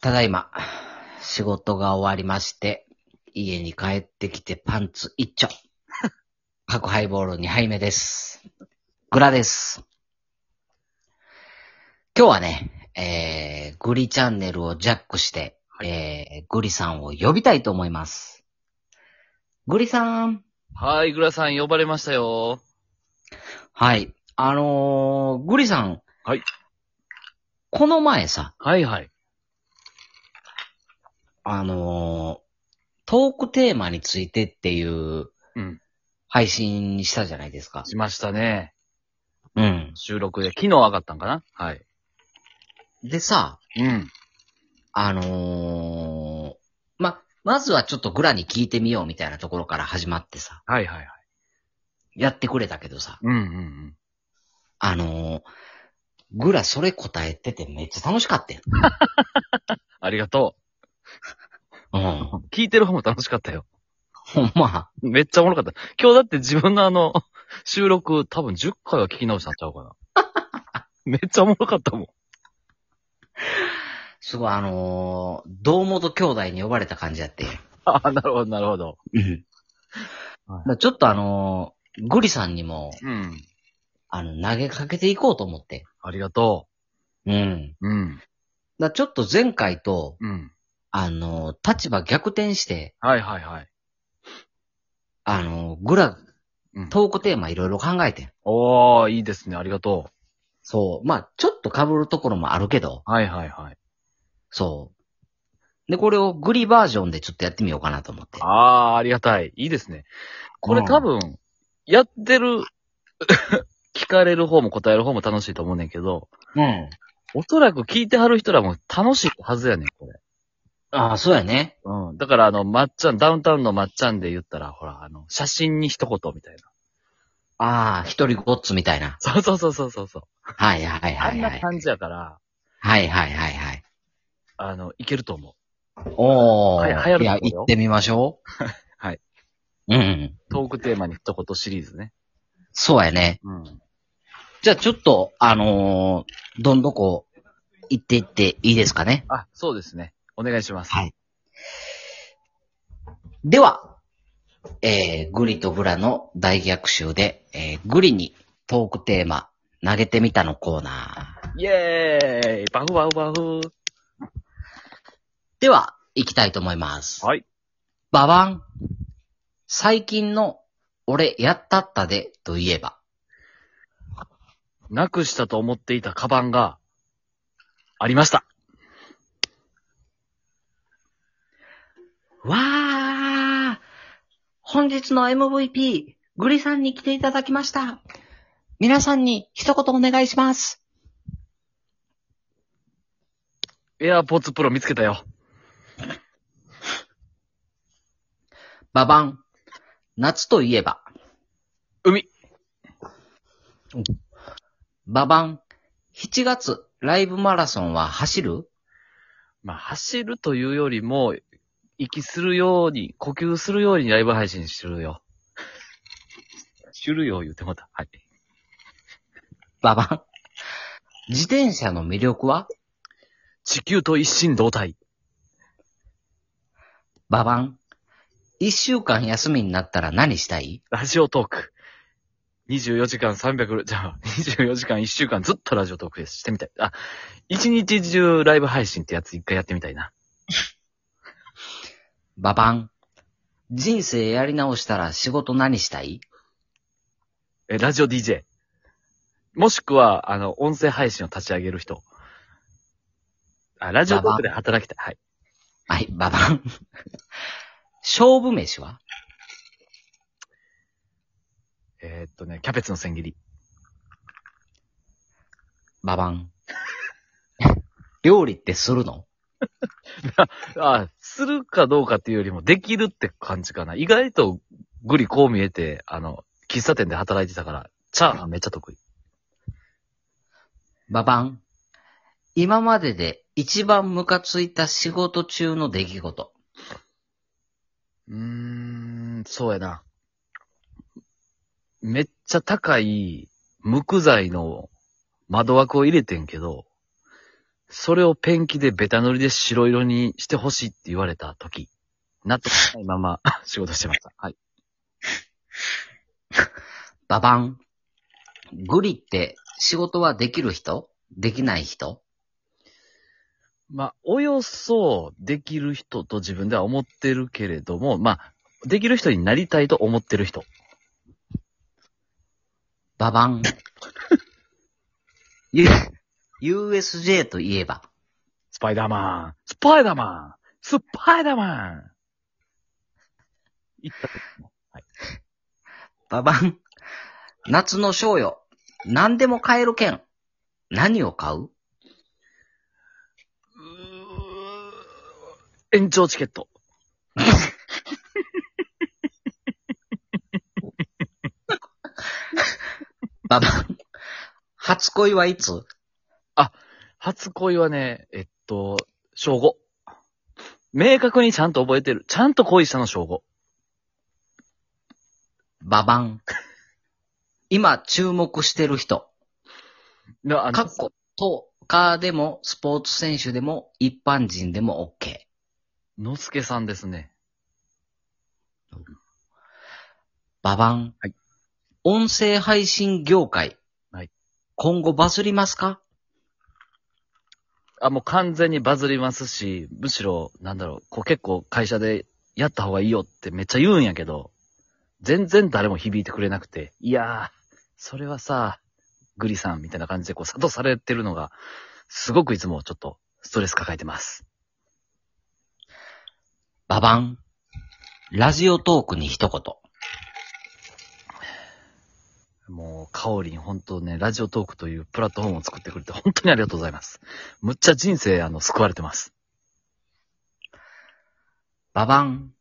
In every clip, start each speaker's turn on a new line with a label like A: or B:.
A: ただいま、仕事が終わりまして、家に帰ってきてパンツ一丁。角ハイボール2杯目です。グラです。今日はね、グリチャンネルをジャックして、グリさんを呼びたいと思います。グリさん。
B: はい、グラさん呼ばれましたよ。
A: はい。グリさん。
B: はい。
A: この前さ、
B: はいはい。
A: トークテーマについてっていう
B: うん。
A: 配信したじゃないですか。
B: しましたね。
A: うん。
B: 収録で。昨日上がったんかな。はい。
A: でさ、
B: うん。
A: まずはちょっとグラに聞いてみようみたいなところから始まってさ、
B: はいはいはい。
A: やってくれたけどさ、
B: うんうんうん。
A: あのーグラそれ答えててめっちゃ楽しかったよ。
B: ありがと
A: うん。
B: う。聞いてる方も楽しかったよ。
A: ほんま。
B: めっちゃおもろかった。今日だって自分の収録多分10回は聞き直したんちゃうかな。めっちゃおもろかったもん。
A: すごい堂本兄弟に呼ばれた感じやって。
B: あ、なるほどなるほど。
A: うん
B: はい
A: ちょっとグリさんにも、
B: うん。
A: 投げかけていこうと思って。
B: ありがと
A: うん。
B: う。うん。
A: ちょっと前回と、
B: うん。
A: 立場逆転して、
B: はいはいはい。
A: グラ、
B: うん。
A: トークテーマいろいろ考えてん。
B: おー、いいですね。ありがと
A: そう。ちょっと被るところもあるけど、
B: う。はいはいはい。
A: そう。で、これをグリバージョンでちょっとやってみようかなと思って。
B: ありがたい。いいですね。これ多分、やってる、聞かれる方も答える方も楽しいと思うねんけど、
A: うん。
B: おそらく聞いてはる人らも楽しいはずやねん、これ。
A: ああ、そうやね。
B: うん。だからまっちゃん、ダウンタウンのまっちゃんで言ったら、ほら、写真に一言みたいな。
A: ああ、一人ごっつみたいな。
B: そうそうそうそうそうそう。
A: はいはい
B: あ
A: はいはい。
B: んな感じやから、
A: はいはいはいはい。
B: いけると思う。流
A: おー。いや、
B: 行ると思うよ。
A: 行ってみましょ
B: はい。
A: う。うん。
B: トークテーマに一言シリーズね。
A: そうやね。
B: うん。
A: じゃあちょっと、どんどこ行っていっていいですかね。
B: あ、そうですね。お願いします。
A: はい。では、グリとグラの大逆襲で、グリにトークテーマ投げてみたのコーナー。
B: イェーイバフバフバフ
A: では、行きたいと思います。
B: はい。
A: ババン。最近の俺やったったでといえば。
B: なくしたと思っていたカバンがありました。
A: わー。本日の MVP、グリさんに来ていただきました。皆さんに一言お願いします。
B: エアポッツプロ見つけたよ。
A: ババン。夏といえば。
B: 海。
A: ババン。7月、ライブマラソンは走る？
B: まあ、走るというよりも、息するように、呼吸するようにライブ配信してるよ。するよ言うてもた。はい。
A: ババン。自転車の魅力は？
B: 地球と一心同体。
A: ババン。1週間休みになったら何したい？
B: ラジオトーク。24時間300、じゃあ、24時間1週間ずっとラジオトークしてみたい。あ、1日中ライブ配信ってやつ一回やってみたいな。
A: ババン。人生やり直したら仕事何したい？
B: ラジオ DJ。もしくは、音声配信を立ち上げる人。ラジオトークで働きたい。はい。
A: はい、ババン。勝負飯は？
B: キャベツの千切り。
A: ババン。料理ってするの？
B: するかどうかっていうよりも、できるって感じかな。意外と、グリこう見えて、喫茶店で働いてたから、チャーハンめっちゃ得意。
A: ババン。今までで一番ムカついた仕事中の出来事。
B: そうやな。めっちゃ高い、無垢材の窓枠を入れてんけど、 それをペンキでベタ塗りで白色にしてほしいって言われた時、納得しないまま仕事してました。はい。
A: ババン。グリって仕事はできる人できない人？
B: まあ、およそできる人と自分では思ってるけれども、まあ、できる人になりたいと思ってる人。
A: ババン。USJ といえば。
B: スパイダーマンスパイダーマンスパイダーマン言った時ね。はい。
A: ババン。夏の賞与。何でも買える券。何を買う？
B: 延長チケット。
A: ババン。初恋はいつ？
B: 初恋はね、小5。明確にちゃんと覚えてる。ちゃんと恋したの小5。
A: ババン。今注目してる人。
B: な、
A: かっことかでも、スポーツ選手でも、一般人でも OK。
B: のすけさんですね。
A: ババン。
B: はい。
A: 音声配信業界。
B: はい。
A: 今後バズりますか？
B: もう完全にバズりますし、むしろ、結構会社でやった方がいいよってめっちゃ言うんやけど、全然誰も響いてくれなくて、いやー、それはさ、グリさんみたいな感じで諭されてるのが、すごくいつもちょっとストレス抱えてます。
A: ババン。ラジオトークに一言。
B: もう、カオリン本当ね、ラジオトークというプラットフォームを作ってくれて本当にありがとうございます。むっちゃ人生救われてます。
A: ババン。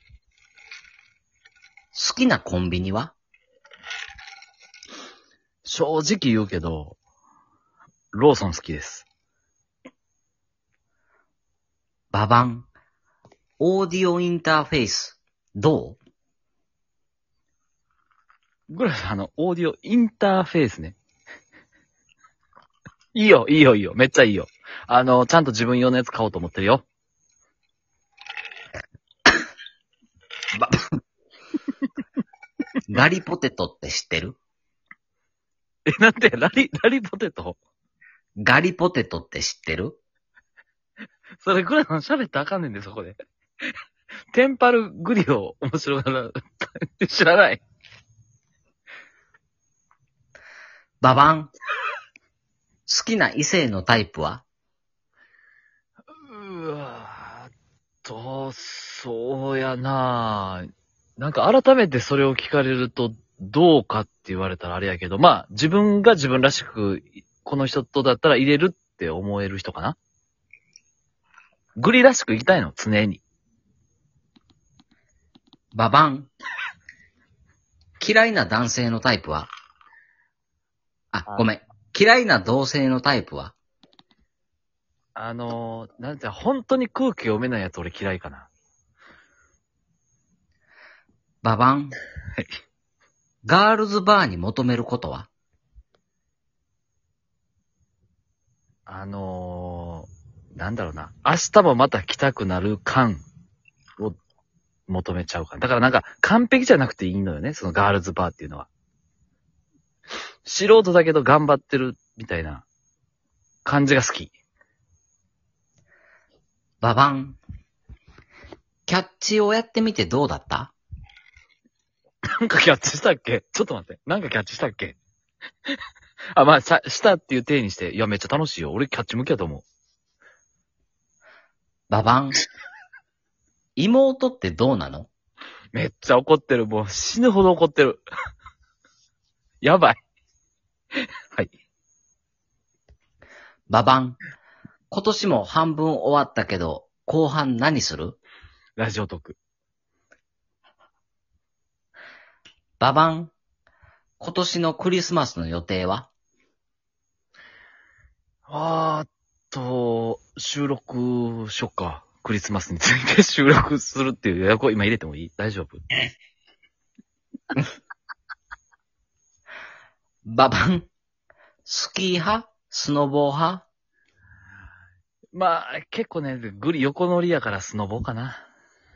A: 好きなコンビニは？
B: 正直言うけど、ローソン好きです。
A: ババン。オーディオインターフェース。どう？
B: グラさん、オーディオインターフェースね。いいよ、いいよ、いいよ。めっちゃいいよ。ちゃんと自分用のやつ買おうと思ってるよ。
A: ガリポテトって知ってる？
B: なんで、ラリポテト
A: ガリポテトって知ってる？
B: それグラさん喋ったらあかんねんで、そこで。テンパルグリを面白がら、知らない。
A: ババン。好きな異性のタイプは？
B: そうやななんか改めてそれを聞かれると、どうかって言われたらあれやけど、まあ、自分が自分らしく、この人とだったら入れるって思える人かな。グリらしく生きたいの、常に。
A: ババン。嫌いな男性のタイプは？ごめん。嫌いな同性のタイプは？
B: なんて、本当に空気読めないやつ俺嫌いかな。
A: ババン。ガールズバーに求めることは？
B: なんだろうな。明日もまた来たくなる感を求めちゃうかな。だからなんか完璧じゃなくていいのよね。そのガールズバーっていうのは。素人だけど頑張ってるみたいな感じが好き。
A: ババン。キャッチをやってみてどうだった？
B: なんかキャッチしたっけ？ちょっと待って。なんかキャッチしたっけ？まあ、したっていう体にして、いや、めっちゃ楽しいよ。俺キャッチ向きやと思う。
A: ババン。妹ってどうなの？
B: めっちゃ怒ってる。もう死ぬほど怒ってる。やばい。はい。
A: ババン。今年も半分終わったけど、後半何する？
B: ラジオトーク。
A: ババン。今年のクリスマスの予定は？
B: 収録しよっか。クリスマスについて収録するっていう予約を今入れてもいい？大丈夫？
A: ババン。スキー派？スノボー派？
B: まあ、結構ね、グリ横乗りやからスノボかな。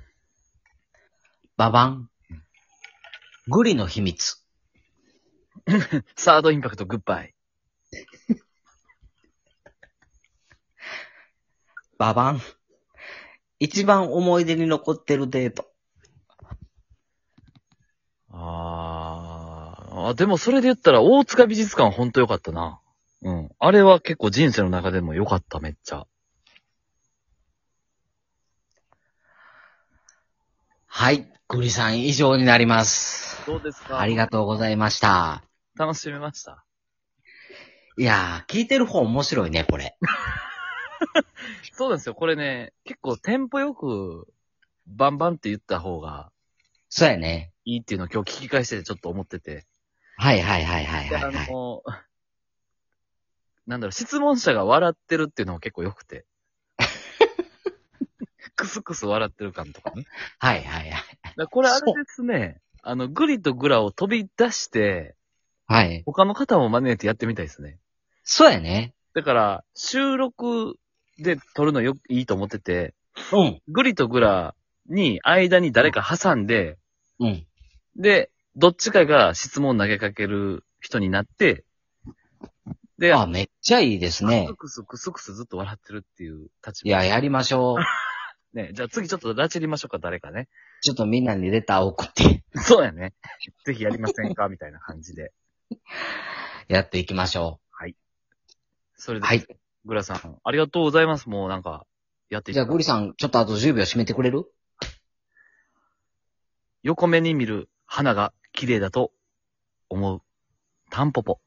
A: ババン。グリの秘密。
B: サードインパクトグッバイ。
A: ババン。一番思い出に残ってるデート。
B: でもそれで言ったら大塚美術館ほんと良かったな。うん。あれは結構人生の中でも良かった、めっちゃ。
A: はい。グリさん以上になります。
B: どうですか？
A: ありがとうございました。
B: 楽しめました。
A: いやー、聞いてる方面白いね、これ。
B: そうですよ。これね、結構テンポよくバンバンって言った方が
A: そうやね。
B: いいっていうのを今日聞き返しててちょっと思ってて。
A: はいはいはいはい
B: で、
A: はい、はい。
B: なんだろう、質問者が笑ってるっていうのも結構良くて。クスクス笑ってる感とかね。
A: はいはいはい。
B: だからこれあれですね。グリとグラを飛び出して、
A: はい。
B: 他の方も招いてやってみたいですね。
A: そうやね。
B: だから、収録で撮るのいいと思ってて、
A: うん。
B: グリとグラに間に誰か挟んで、
A: うん。
B: で、どっちかが質問投げかける人になって、で、
A: あ、めっちゃいいですね。
B: クスクスクスクスずっと笑ってるっていう立場。
A: いや、やりましょう。
B: ね、じゃあ次ちょっと拉致りましょうか、誰かね。
A: ちょっとみんなにレター送って
B: そうやね。ぜひやりませんかみたいな感じで。
A: やっていきましょう。
B: それで、
A: はい。
B: グラさん、ありがとうございます。もうなんか、やってい
A: じゃあ、グリさん、ちょっとあと10秒締めてくれる？
B: 横目に見る花が綺麗だと思う。タンポポ。